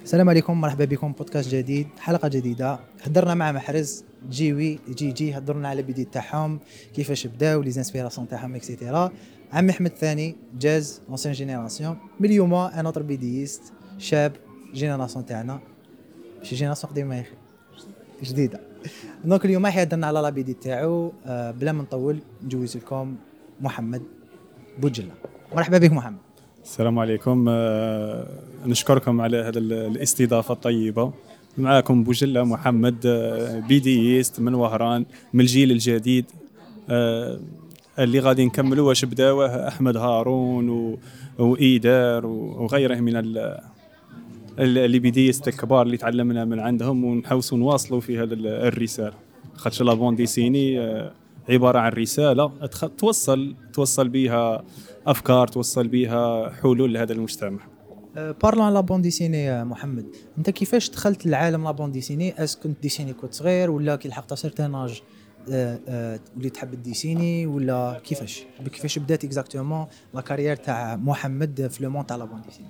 السلام عليكم، مرحبا بكم بودكاست جديد، حلقة جديدة. هضرنا مع محرز جي هضرنا على بداية تاعهم، كيفاش بداو لي زانسبيراسيون تاعهم اكسيتيرا. عمي احمد الثاني جاز اونسين جينيراسيون، من اليوم ان اوتر بيديست شاب جينيراسيون تاعنا، شي جينيراسيون قديمة يا اخي جديدة. دونك اليوم حيهضرنا على لا بيدي تاعو. بلا ما نطول نجوز لكم محمد بوجلة. مرحبا بك محمد. السلام عليكم. نشكركم على هذا الاستضافة الطيبة. معكم بوجلة محمد، بيديست من وهران، من الجيل الجديد اللي غادي نكملوا واش بداوه أحمد هارون وإيدار وغيره من اللي بيديست الكبار اللي تعلمنا من عندهم، ونحاوسوا نواصلوا في هذا الرسالة. خاطش لا بون ديسيني عبارة عن رسالة توصل بها أفكار، توصل بها حلول لهذا المجتمع. بارلون لا بون ديسيني محمد، انت كيفاش دخلت لعالم لا بون ديسيني؟ اس كنت ديسيني كنت صغير، ولا كي لحقت سيرتان اج وليت تحب الديسيني، ولا كيفاش بدات اكزاكتومون لا كارير تاع محمد في لو مون تاع لا بون ديسيني؟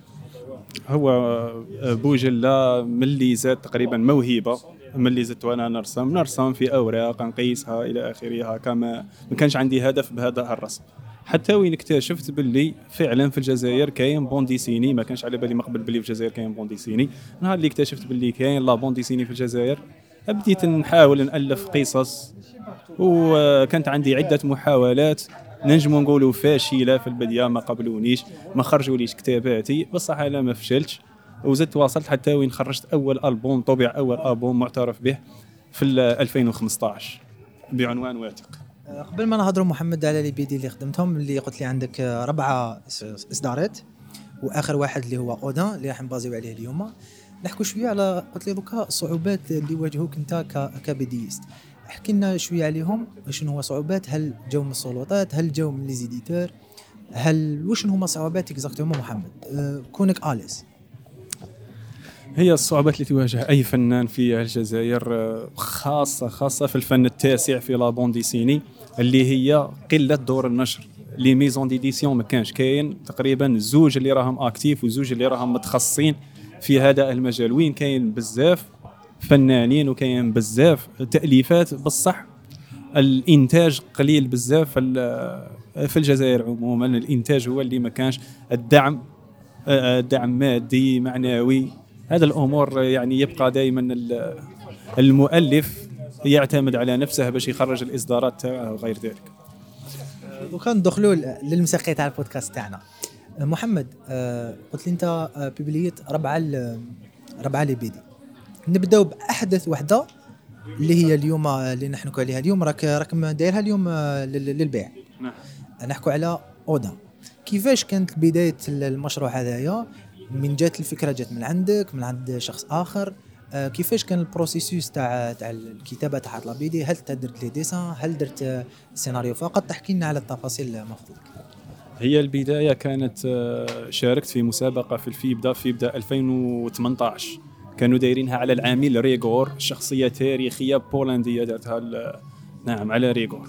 هو بوجلة ملي زاد تقريبا موهبة، ملي زدت وانا نرسم في اوراق نقيسها الى اخره. كما ما كانش عندي هدف بهذا الرسم، حتى وين اكتشفت باللي فعلا في الجزائر كاين بون ديسيني. ما كانش على بالي مقبل باللي في الجزائر كاين بون ديسيني. نهار اللي اكتشفت باللي كاين لا بون ديسيني في الجزائر، بديت نحاول نالف قصص، وكانت عندي عده محاولات نجمو نقولوا فاشله في البدايه، ما قبلونيش، ما خرجوليش كتاباتي، بصح انا ما فشلتش وزدت واصلت حتى وين خرجت اول البوم، طبع اول البوم معترف به في 2015 بعنوان واثق. قبل ما نهضروا محمد على لي بيدي اللي خدمتهم، اللي قلت لي عندك 4 اصدارات، واخر واحد اللي هو اودان اللي راح نبازيو عليه اليوم، نحكوا شويه على قلت لي دوكا الصعوبات اللي واجهوك انت كبيديست. احكي لنا شويه عليهم، شنو هو صعوبات؟ هل جو من السلطات؟ هل جو من لي زيديتور؟ وشنو هما صعوبات اكزاكتومون محمد كونك اليس؟ هي الصعوبات اللي تواجه اي فنان في الجزائر، خاصه في الفن التاسع في لا بون ديسيني، اللي هي قله دور النشر. لي ميزون ديديسيون ما كانش كاين تقريبا 2 اللي راهم اكتيف و2 اللي راهم متخصصين في هذا المجال. وين كاين بزاف فنانين وكاين بزاف تاليفات، بصح الانتاج قليل بزاف في الجزائر عموما. الانتاج هو اللي ما كانش الدعم مادي معنوي. هذا الامور يعني يبقى دائما المؤلف يعتمد على نفسه باش يخرج الاصدارات تاعه وغير ذلك. وكان ندخلوا للمساقيه تاع البودكاست تاعنا. محمد، قلت لي انت بيبليت 4 لي بيدي. نبداو باحدث وحده اللي هي اليوم اللي نحكوا عليها اليوم، راكم دايرها اليوم للبيع. نعم. نحكوا على اودا. كيفاش كانت بدايه المشروع هذايا؟ من جات الفكره؟ جات من عندك، من عند شخص اخر؟ كيفاش كان البروسيسوس تاع الكتابه تاع لا بيدي؟ هل درت لي ديسان؟ هل درت سيناريو فقط؟ تحكي لنا على التفاصيل مفضلك. هي البدايه كانت شاركت في مسابقه في الفيبدا 2018. كانوا دايرينها على العامل ريغور، شخصيه تاريخيه بولنديه دارتها نعم على ريغور.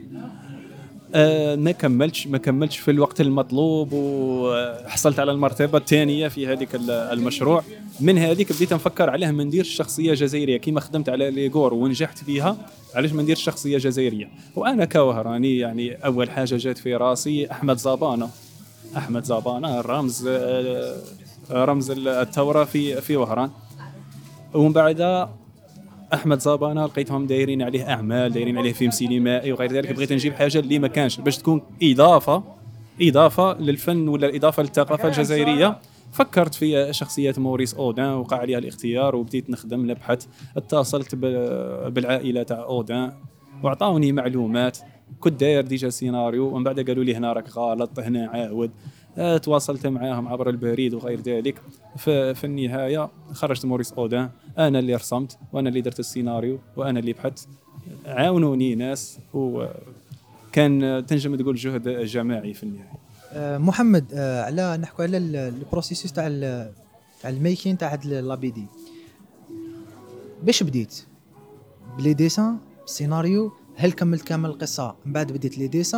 ما كملتش في الوقت المطلوب، وحصلت على المرتبه الثانيه في هذيك المشروع. من هذيك بديت نفكر عليه ما نديرش شخصيه جزائريه كيما خدمت على ليغور ونجحت فيها. علاش ما نديرش شخصيه جزائريه؟ وانا كوهراني يعني اول حاجه جات في راسي احمد زابانه رمز الثوره في وهران. ومن بعد احمد زابانه لقيتهم دايرين عليه اعمال، دايرين عليه فيلم سينمائي وغير ذلك. بغيت نجيب حاجه اللي ما كانش باش تكون اضافه للفن ولا اضافه للثقافه الجزائريه. فكرت في شخصيه موريس اودان، وقع عليها الاختيار وبديت نخدم نبحث. اتصلت بالعائله تاع اودان وعطاوني معلومات. كنت داير ديجا سيناريو، ومن بعد قالوا لي هنا راك غلط، هنا عاود. تواصلت معاهم عبر البريد وغير ذلك. في النهايه خرجت موريس اودان، انا اللي رسمت وانا اللي درت السيناريو وانا اللي بحثت. عاونوني ناس، وكان تنجم تقول جهد جماعي في النهايه. محمد، على نحكوا على البروسيسوس تاع الميكين تاع هاد لا بي دي. باش بديت بلي ديسان سيناريو؟ هل كملت كامل القصه من بعد بديت لي ديسان،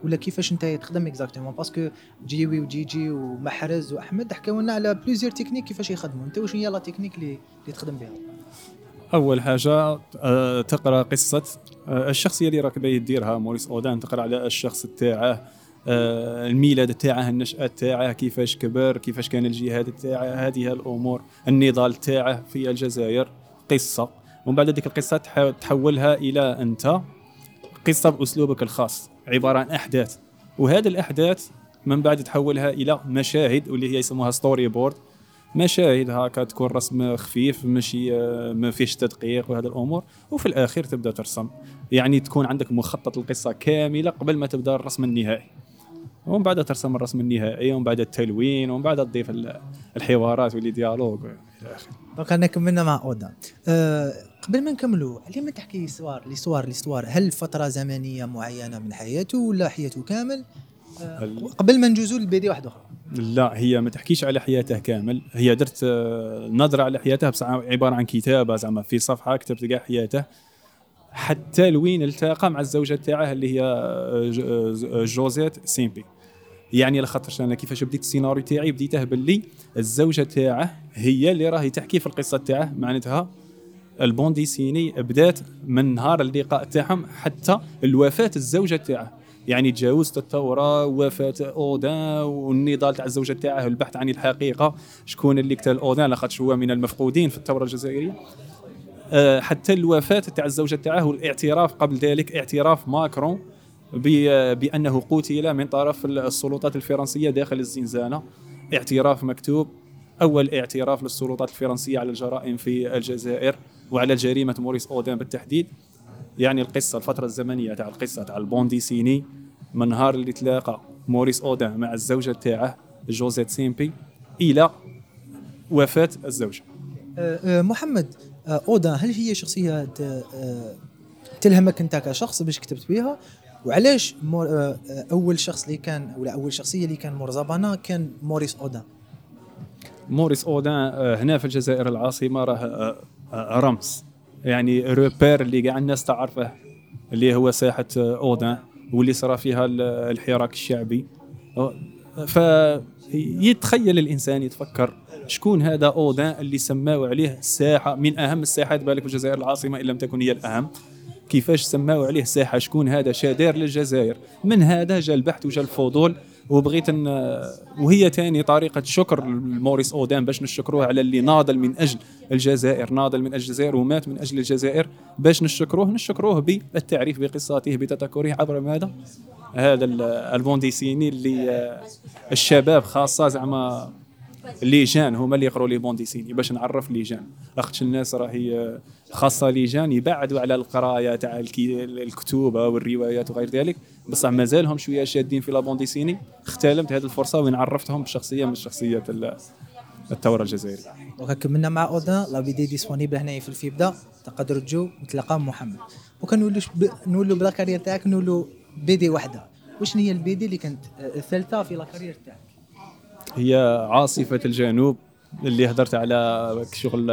ولا كيفاش انت تخدم اكزاكتومون؟ باسكو جيوي وجيجي ومحرز واحمد حكاو لنا على بليزيور تكنيك كيفاش يخدموا، انت واش هي لا تكنيك اللي تخدم بها؟ اول حاجه تقرا قصه الشخصيه اللي راك باغي ديرها موريس اودان، تقرا على الشخص تاعه، الميلاد تاعه، النشأة تاعه، كيفاش كبر، كيفاش كان الجهاد تاعه، هذه الامور، النضال تاعه في الجزائر، قصه. ومن بعد هذيك القصه تحولها الى انت قصه باسلوبك الخاص، عباره عن احداث، وهذه الاحداث من بعد تحولها الى مشاهد واللي هي يسموها ستوري بورد. مشاهد هكا تكون رسم خفيف، ماشي ما فيش تدقيق وهذه الامور، وفي الاخير تبدا ترسم. يعني تكون عندك مخطط القصه كامله قبل ما تبدا الرسم النهائي، ومن بعد ترسم الرسم النهائي، ومن بعد التلوين، ومن بعد تضيف الحوارات واللي ديالوج الى اخره. دونك انا كملنا مع اودان. قبل ما نكملوا، علي ما تحكي ليستوار هل فتره زمنيه معينه من حياته ولا حياته كامل؟ قبل ما نجوزوا للبيدي واحده اخرى. لا، هي ما تحكيش على حياته كامل، هي درت نظره على حياته، بس عباره عن كتابه زعما في صفحه كتبت كاع حياته، حتى لوين التقى مع الزوجه تاعه اللي هي جوزيت سيمبي. يعني لخاطرش انا كيفاش بديت السيناريو تاعي بديته باللي الزوجه تاعه هي اللي راهي تحكي في القصه تاعه، معناتها البونديسيني بدات من نهار اللقاء تاعهم حتى الوفاه الزوجه تاعه، يعني تجاوزت الثوره، وفاه اودان والنضال تاع الزوجه تاعه، البحث عن الحقيقه، شكون اللي قتل اودان لاخاطش هو من المفقودين في الثوره الجزائريه، حتى الوفاه تاع الزوجه تاعه، والاعتراف قبل ذلك، اعتراف ماكرون بانه قتل من طرف السلطات الفرنسيه داخل الزنزانه، اعتراف مكتوب، اول اعتراف للسلطات الفرنسيه على الجرائم في الجزائر وعلى جريمه موريس اودان بالتحديد. يعني القصه، الفتره الزمنيه تاع القصه تاع البونديسيني من نهار اللي تلاقى موريس اودان مع الزوجه تاعه جوزيت سيمبي الى وفاه الزوجه. محمد، اودان هل هي شخصيه تلهمك انت كشخص باش كتبت بها؟ وعلاش اول شخص اللي كان، ولا اول شخصيه اللي كان مرزبانه كان موريس اودان؟ موريس اودان هنا في الجزائر العاصمه راه رمز، يعني روبير اللي قاع الناس تعرفه، اللي هو ساحه اودان واللي صار فيها الحراك الشعبي. فيتخيل الانسان، يتفكر شكون هذا اودان اللي سماوا عليه ساحه من اهم الساحات، بالك في الجزائر العاصمه ان لم تكن هي الاهم، كيفاش سماوا عليه ساحه، شكون هذا، شادير للجزائر. من هذا جاء البحث وجاء الفضول، وبغيت وهي تاني طريقه شكر لموريس اودان باش نشكروه على اللي ناضل من اجل الجزائر، ناضل من اجل الجزائر ومات من اجل الجزائر، باش نشكروه بالتعريف بقصته، بتذكره عبر ماذا، هذا البونديسيني اللي الشباب خاصه زعما ليجان هما اللي يقروا لي بونديسيني، باش نعرف ليجان، لاخاطش الناس راهي خاصه ليجان يبعدوا على القرايه تاع الكتوبه والروايات وغير ذلك، بصح مازالهم شويه شادين في لا بونديسيني. اختلمت هذه الفرصه وين عرفتهم بشخصيه من الشخصيات الثوره الجزائريه. وكملنا مع اودان، لا فيديو ديسپونيبل هنا في الفيبدا، تقدروا تجوا وتلاقاو محمد. وكنولوا بلا كارير تاعك، نولوا بيدي وحده. واش هي البيدي اللي كانت الثالثه في لا كارير تاعك؟ هي عاصفه الجنوب، اللي هدرت على شغل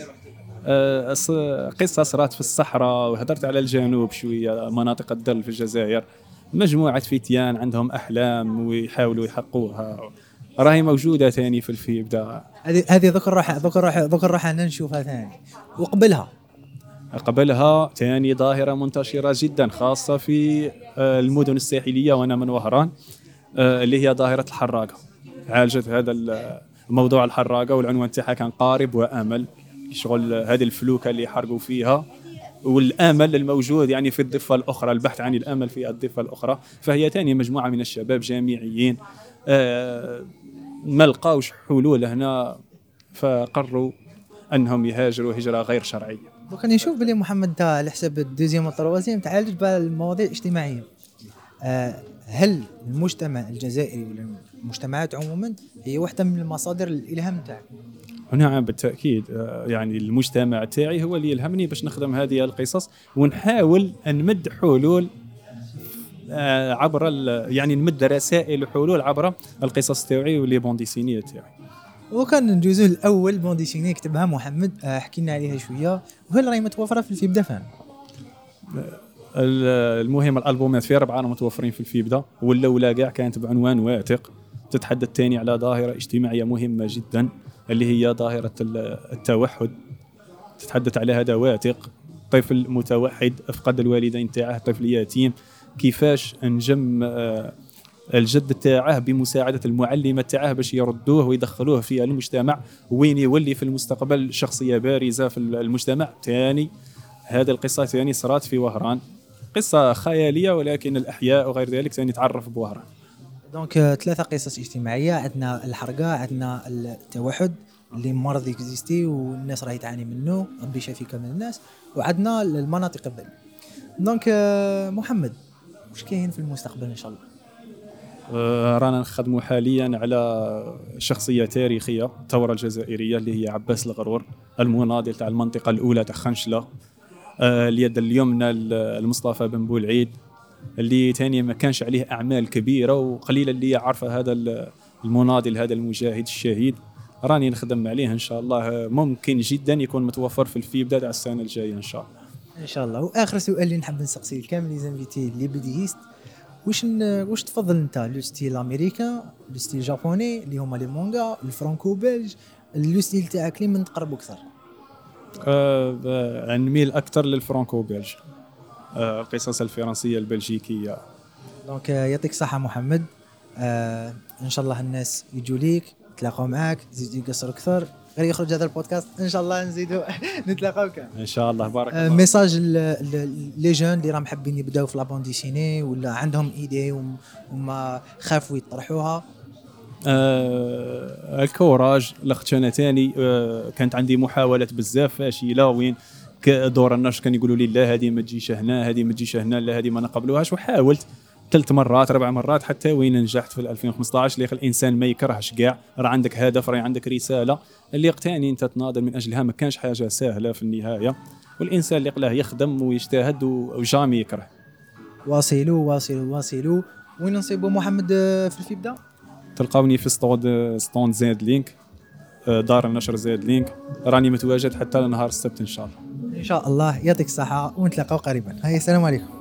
قصة صارت في الصحراء، وهدرت على الجنوب شوية، مناطق الدل في الجزائر، مجموعة فتيان عندهم أحلام ويحاولوا يحققوها، راهي موجودة ثاني في الفيبدا. هذه ذكر روح أنا نشوفها ثاني. قبلها ثاني ظاهرة منتشرة جدا خاصة في المدن الساحلية، وأنا من وهران، اللي هي ظاهرة الحراقة. عالجت هذا الموضوع الحراقة، والعنوان تاعها كان قارب وأمل، شغل هذه الفلوكة اللي يحرقوا فيها، والامل الموجود يعني في الضفه الاخرى، البحث عن الامل في الضفه الاخرى. فهي ثاني مجموعه من الشباب جامعيين ما لقاوش حلول هنا، فقرروا انهم يهاجروا هجره غير شرعيه. وكان يشوف بلي محمد تاع على حسب الدوزيام والتروازيام تعالج بالمواضيع الاجتماعيه. هل المجتمع الجزائري ولا المجتمعات عموما هي واحده من المصادر الالهام تاعك؟ نعم بالتأكيد، يعني المجتمع تاعي هو اللي يلهمني باش نخدم هذه القصص، ونحاول أن نمد حلول عبر يعني نمد رسائل وحلول عبر القصص تاعي واللي بونديسينية تاعي. وكان الجزء الأول بونديسينية كتبها محمد، حكينا عليها شوية، وهل راهي متوفرة في الفيبدا فان؟ المهم الالبومات في 4 متوفرين في الفيبدا، والاولى كاع كانت بعنوان واثق، تتحدث ثاني على ظاهره اجتماعيه مهمه جدا اللي هي ظاهره التوحد. تتحدث على هذا واثق، طفل متوحد افقد الوالدين تاعه، طفل يتيم، كيفاش انجم الجد تاعه بمساعدة المعلمة تاعه باش يردوه ويدخلوه في المجتمع، وين يولي في المستقبل شخصية بارزة في المجتمع ثاني. هذه القصة ثاني صارت في وهران، قصة خيالية ولكن الأحياء وغير ذلك ثاني تعرف بوهران. دونك 3 قصص اجتماعيه، عندنا الحرقه، عندنا التوحد اللي مرض اكزيستي والناس راهي تعاني منه، ربي يشافي كامل الناس، وعندنا المناطق الظل. دونك محمد، واش كاين في المستقبل ان شاء الله؟ رانا نخدموا حاليا على شخصية تاريخية الثورة الجزائرية اللي هي عباس الغرور، المناضل تاع المنطقة الأولى تاع خنشلة، اليد اليمنى المصطفى بن بولعيد، اللي ثاني ما كانش عليه أعمال كبيرة وقليل اللي يعرف هذا المناضل، هذا المجاهد الشهيد. راني نخدم عليه إن شاء الله، ممكن جدا يكون متوفر في الفيبدا تاع السنة الجاية إن شاء الله. ان شاء الله. واخر سؤال اللي نحب نسقسي لكامل لي زانفيتي اللي بديهيست، واش تفضل انت، لو ستيل امريكان، لو ستيل جابوني اللي هما لي مونغا، الفرانكو بلج، لو ستيل تاعك اللي من تقرب اكثر؟ نميل اكثر للفرانكو بلج، القصص الفرنسيه البلجيكيه. دونك يعطيك الصحه محمد. ان شاء الله الناس يجوا ليك يتلاقوا معاك، يزيدوا يقصروا اكثر، غير يخرج هذا البودكاست ان شاء الله نزيدوا نتلاقاو كان ان شاء الله. بارك الله. ميساج لي جون اللي راهم حابين يبداو في لابون ديسيني ولا عندهم ايدي وما خافوا يطرحوها. الكوراج لخت انا ثاني، كانت عندي محاولات بزاف فاشله، وين دور النشر كان يقولوا لي لا هذه ما تجيش هنا، هذه ما تجيش هنا، لا هذه ما نقبلوهاش، وحاولت 3 مرات 4 مرات حتى وين نجحت في 2015. اللي الانسان ما يكرهش كاع، راه عندك هدف، راه عندك رساله اللي اقتاني انت تناضل من اجلها، ما كانش حاجه سهله في النهايه، والانسان اللي قلاه يخدم ويجتهد وجامي يكره. واصلوا. وين نصيبوا محمد في الفيبدا؟ تلقاوني في ستوند زاد لينك، دار النشر زاد لينك، راني متواجد حتى نهار السبت ان شاء الله. ان شاء الله. يعطيك الصحه ونتلاقاو قريبا. هيا السلام عليكم.